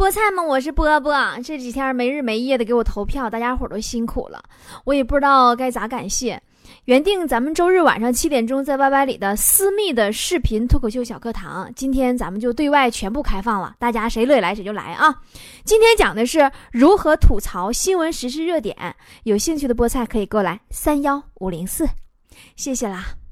菠菜们，我是波波。这几天没日没夜的给我投票，大家伙都辛苦了，我也不知道该咋感谢。原定咱们周日晚上7点钟在歪歪里的私密的视频脱口秀小课堂，今天咱们就对外全部开放了，大家谁乐意来谁就来啊！今天讲的是如何吐槽新闻时事热点，有兴趣的菠菜可以过来31504，谢谢啦。